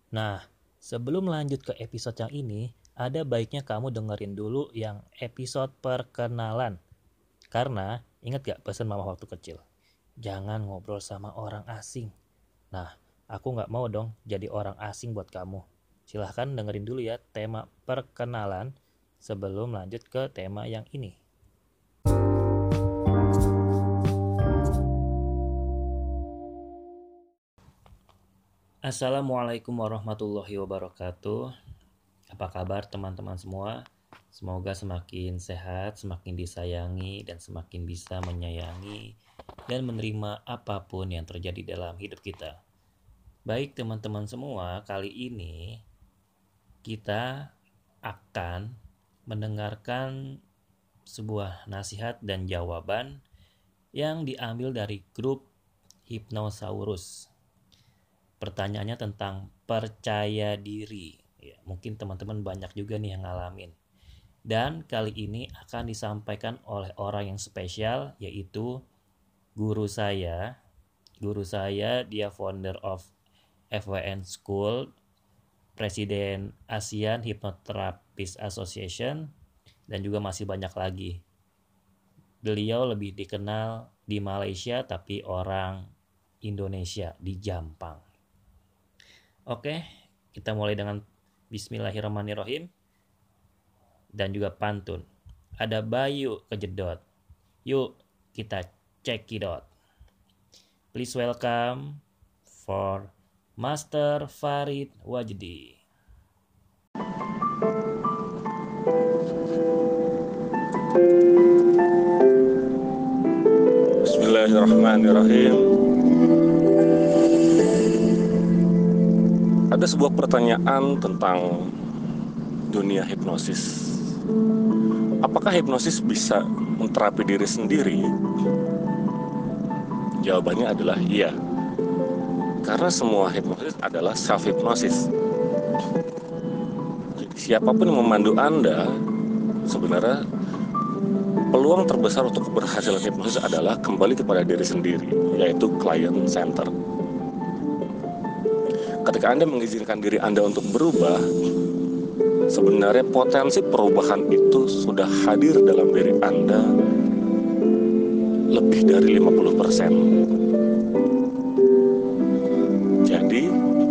Nah, sebelum lanjut ke episode yang ini, ada baiknya kamu dengerin dulu yang episode perkenalan. Karena, ingat gak pesan mama waktu kecil? Jangan ngobrol sama orang asing. Nah, aku gak mau dong jadi orang asing buat kamu. Silahkan dengerin dulu ya tema perkenalan sebelum lanjut ke tema yang ini. Assalamualaikum warahmatullahi wabarakatuh. Apa kabar teman-teman semua? Semoga semakin sehat, semakin disayangi, dan semakin bisa menyayangi dan menerima apapun yang terjadi dalam hidup kita. Baik teman-teman semua, kali ini kita akan mendengarkan sebuah nasihat dan jawaban yang diambil dari grup Hypnosaurus. Pertanyaannya tentang percaya diri. Ya, mungkin teman-teman banyak juga nih yang ngalamin. Dan kali ini akan disampaikan oleh orang yang spesial, yaitu guru saya. Guru saya dia founder of FWN School, Presiden ASEAN Hypnotherapist Association, dan juga masih banyak lagi. Beliau lebih dikenal di Malaysia tapi orang Indonesia di Jampang. Oke, kita mulai dengan Bismillahirrahmanirrahim dan juga pantun. Ada Bayu kejedot. Yuk kita cekidot. Please welcome for Master Farid Wajdi. Bismillahirrahmanirrahim. Ada sebuah pertanyaan tentang dunia hipnosis. Apakah hipnosis bisa menterapi diri sendiri? Jawabannya adalah iya. Karena semua hipnosis adalah self-hipnosis. Jadi siapapun yang memandu Anda, sebenarnya peluang terbesar untuk keberhasilan hipnosis adalah kembali kepada diri sendiri, yaitu client center. Ketika Anda mengizinkan diri Anda untuk berubah, sebenarnya potensi perubahan itu sudah hadir dalam diri Anda lebih dari 50%. Jadi,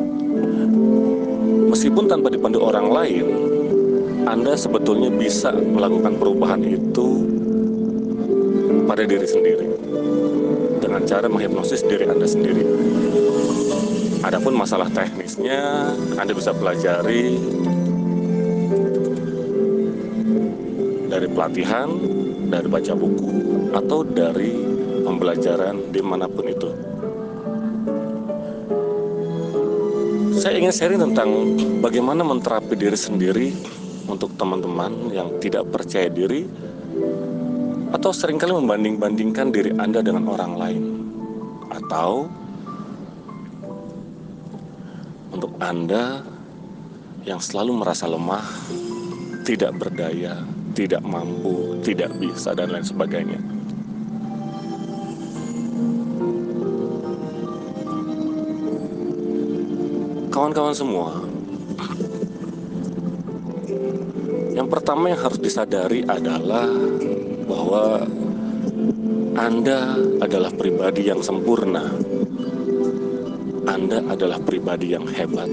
meskipun tanpa dipandu orang lain, Anda sebetulnya bisa melakukan perubahan itu pada diri sendiri dengan cara menghipnosis diri Anda sendiri. Adapun masalah teknisnya, Anda bisa pelajari dari pelatihan, dari baca buku, atau dari pembelajaran dimanapun itu. Saya ingin sharing tentang bagaimana menterapi diri sendiri untuk teman-teman yang tidak percaya diri atau seringkali membanding-bandingkan diri Anda dengan orang lain, atau untuk Anda yang selalu merasa lemah, tidak berdaya, tidak mampu, tidak bisa, dan lain sebagainya. Kawan-kawan semua, yang pertama yang harus disadari adalah bahwa Anda adalah pribadi yang sempurna. Anda adalah pribadi yang hebat,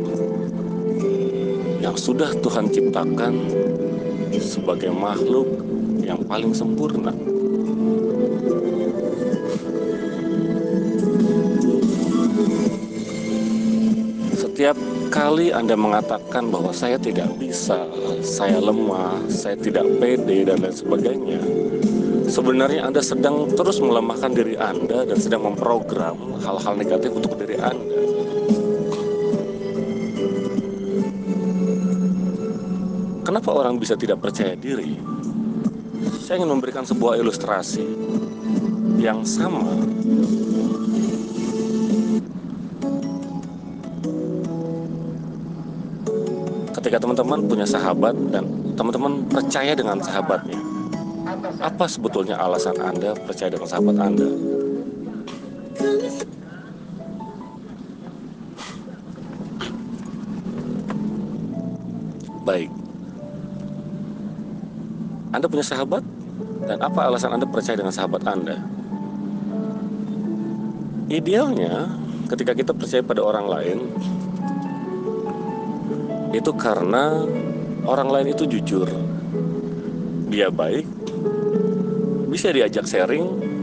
yang sudah Tuhan ciptakan sebagai makhluk yang paling sempurna. Setiap kali Anda mengatakan bahwa saya tidak bisa, saya lemah, saya tidak pede, dan lain sebagainya, sebenarnya Anda sedang terus melemahkan diri Anda dan sedang memprogram hal-hal negatif untuk diri Anda. Kenapa orang bisa tidak percaya diri? Saya ingin memberikan sebuah ilustrasi yang sama. Ketika teman-teman punya sahabat dan teman-teman percaya dengan sahabatnya, apa sebetulnya alasan Anda percaya dengan sahabat Anda? baik. Anda punya sahabat, dan apa alasan Anda percaya dengan sahabat Anda? Idealnya, ketika kita percaya pada orang lain, itu karena orang lain itu jujur, dia baik, bisa diajak sharing,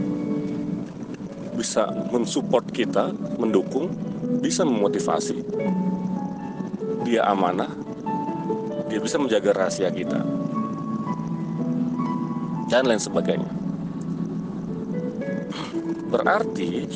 bisa mensupport kita, mendukung, bisa memotivasi. Dia amanah, dia bisa menjaga rahasia kita, dan lain sebagainya. Berarti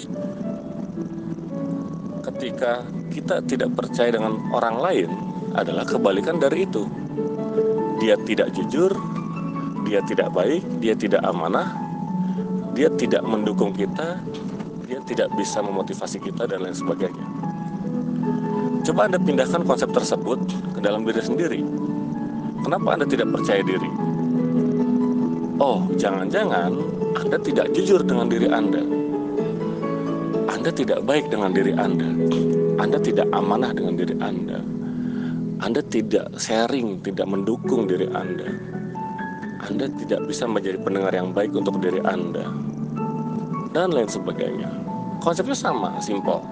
ketika kita tidak percaya dengan orang lain adalah kebalikan dari itu. Dia tidak jujur, dia tidak baik, dia tidak amanah, dia tidak mendukung kita, dia tidak bisa memotivasi kita, dan lain sebagainya. Coba Anda pindahkan konsep tersebut ke dalam diri sendiri. Kenapa Anda tidak percaya diri? Oh, jangan-jangan Anda tidak jujur dengan diri Anda. Anda tidak baik dengan diri Anda. Anda tidak amanah dengan diri Anda. Anda tidak sharing, tidak mendukung diri Anda. Anda tidak bisa menjadi pendengar yang baik untuk diri Anda, dan lain sebagainya. Konsepnya sama, simpel.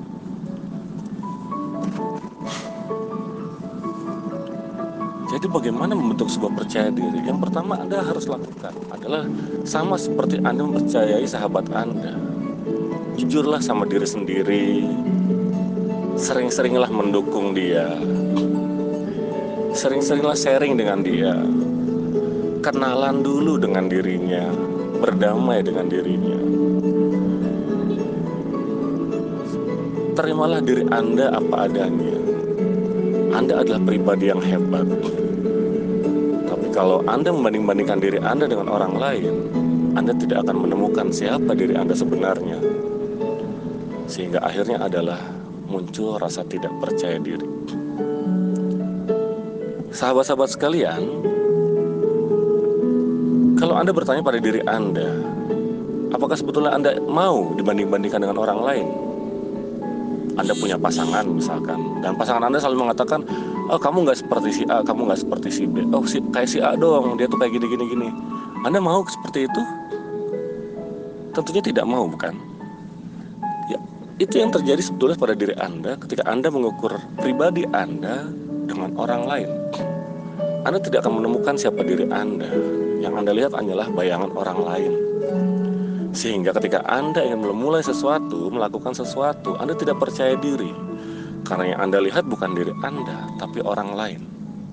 Jadi bagaimana membentuk sebuah percaya diri? Yang pertama Anda harus lakukan adalah sama seperti Anda mempercayai sahabat Anda. Jujurlah sama diri sendiri, sering-seringlah mendukung dia, sering-seringlah sharing dengan dia, kenalan dulu dengan dirinya, berdamai dengan dirinya. Terimalah diri Anda apa adanya. Anda adalah pribadi yang hebat. Tapi kalau Anda membanding-bandingkan diri Anda dengan orang lain, Anda tidak akan menemukan siapa diri Anda sebenarnya. Sehingga akhirnya adalah muncul rasa tidak percaya diri. Sahabat-sahabat sekalian, kalau Anda bertanya pada diri Anda, apakah sebetulnya Anda mau dibanding-bandingkan dengan orang lain? Anda punya pasangan misalkan, dan pasangan Anda selalu mengatakan, oh kamu nggak seperti si A, kamu nggak seperti si B, oh kayak si A dong, dia tuh kayak gini. Anda mau seperti itu? Tentunya tidak mau, bukan? Ya, itu yang terjadi sebetulnya pada diri Anda ketika Anda mengukur pribadi Anda dengan orang lain. Anda tidak akan menemukan siapa diri Anda. Yang Anda lihat hanyalah bayangan orang lain. Sehingga ketika Anda ingin memulai sesuatu, melakukan sesuatu, Anda tidak percaya diri. Karena yang Anda lihat bukan diri Anda, tapi orang lain.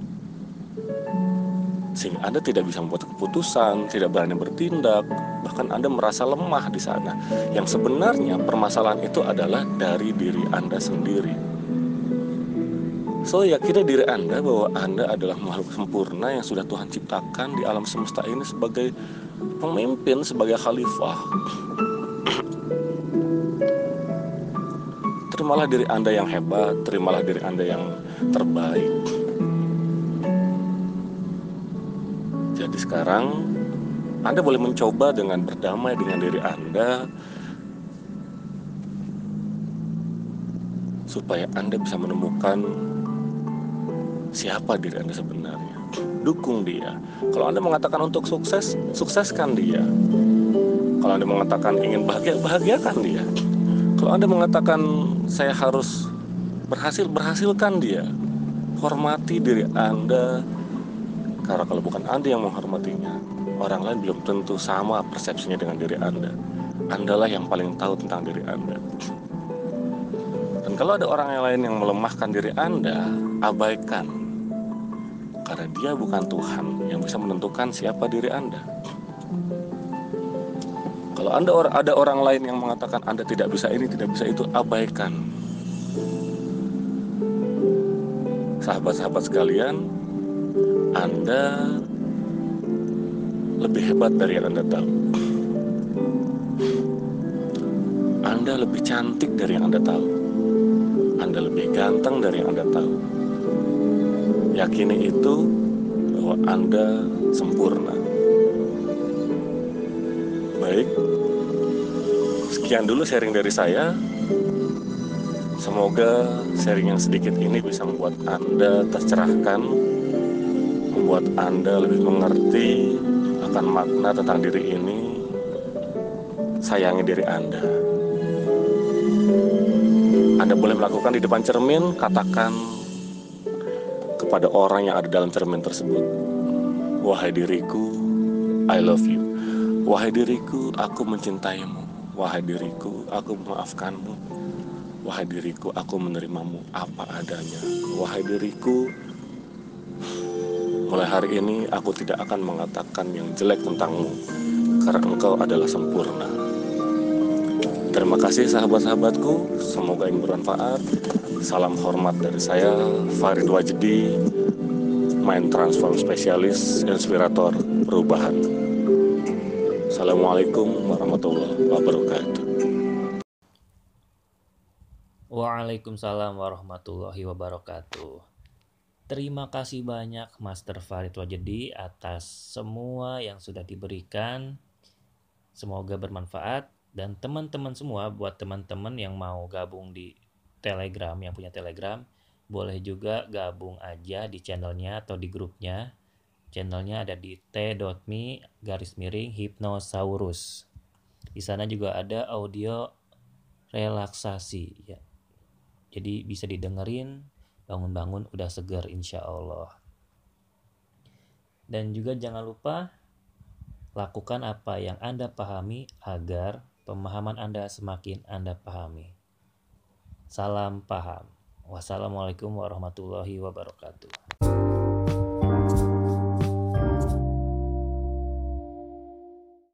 Sehingga Anda tidak bisa membuat keputusan, tidak berani bertindak, bahkan Anda merasa lemah di sana. Yang sebenarnya permasalahan itu adalah dari diri Anda sendiri. So, yakini diri Anda bahwa Anda adalah makhluk sempurna yang sudah Tuhan ciptakan di alam semesta ini sebagai pemimpin, sebagai khalifah. Terimalah diri Anda yang hebat, terimalah diri Anda yang terbaik. Jadi sekarang Anda boleh mencoba dengan berdamai dengan diri Anda, supaya Anda bisa menemukan siapa diri Anda sebenarnya. Dukung dia. Kalau Anda mengatakan untuk sukses, sukseskan dia. Kalau Anda mengatakan ingin bahagia, bahagiakan dia. Kalau Anda mengatakan saya harus berhasil, berhasilkan dia. Hormati diri Anda. Karena kalau bukan Anda yang menghormatinya, orang lain belum tentu sama persepsinya dengan diri Anda. Andalah yang paling tahu tentang diri Anda. Dan kalau ada orang yang lain yang melemahkan diri Anda, abaikan. Karena dia bukan Tuhan yang bisa menentukan siapa diri Anda. Kalau ada orang lain yang mengatakan Anda tidak bisa ini, tidak bisa itu, abaikan. Sahabat-sahabat sekalian, Anda lebih hebat dari yang Anda tahu. Anda lebih cantik dari yang Anda tahu. Anda lebih ganteng dari yang Anda tahu. Yakini itu bahwa Anda sempurna. Baik, sekian dulu sharing dari saya. Semoga sharing yang sedikit ini bisa membuat Anda tercerahkan, membuat Anda lebih mengerti akan makna tentang diri ini, sayangi diri Anda. Anda boleh melakukan di depan cermin, katakan kepada orang yang ada dalam cermin tersebut, wahai diriku, I love you. Wahai diriku, aku mencintaimu. Wahai diriku, aku memaafkanmu. Wahai diriku, aku menerimamu apa adanya. Wahai diriku, mulai hari ini aku tidak akan mengatakan yang jelek tentangmu, karena engkau adalah sempurna. Terima kasih sahabat-sahabatku, semoga ini bermanfaat. Salam hormat dari saya, Farid Wajdi, Mind Transform Specialist, Inspirator Perubahan. Assalamualaikum warahmatullahi wabarakatuh. Waalaikumsalam warahmatullahi wabarakatuh. Terima kasih banyak Master Farid Wajdi atas semua yang sudah diberikan. Semoga bermanfaat. Dan teman-teman semua, buat teman-teman yang mau gabung di Telegram, yang punya Telegram, boleh juga gabung aja di channelnya atau di grupnya. Channelnya ada di t.me/hipnosaurus. Di sana juga ada audio relaksasi ya. Jadi bisa didengerin, bangun-bangun udah segar insya Allah. Dan juga jangan lupa lakukan apa yang Anda pahami agar pemahaman Anda semakin Anda pahami. Salam paham. Wassalamualaikum warahmatullahi wabarakatuh.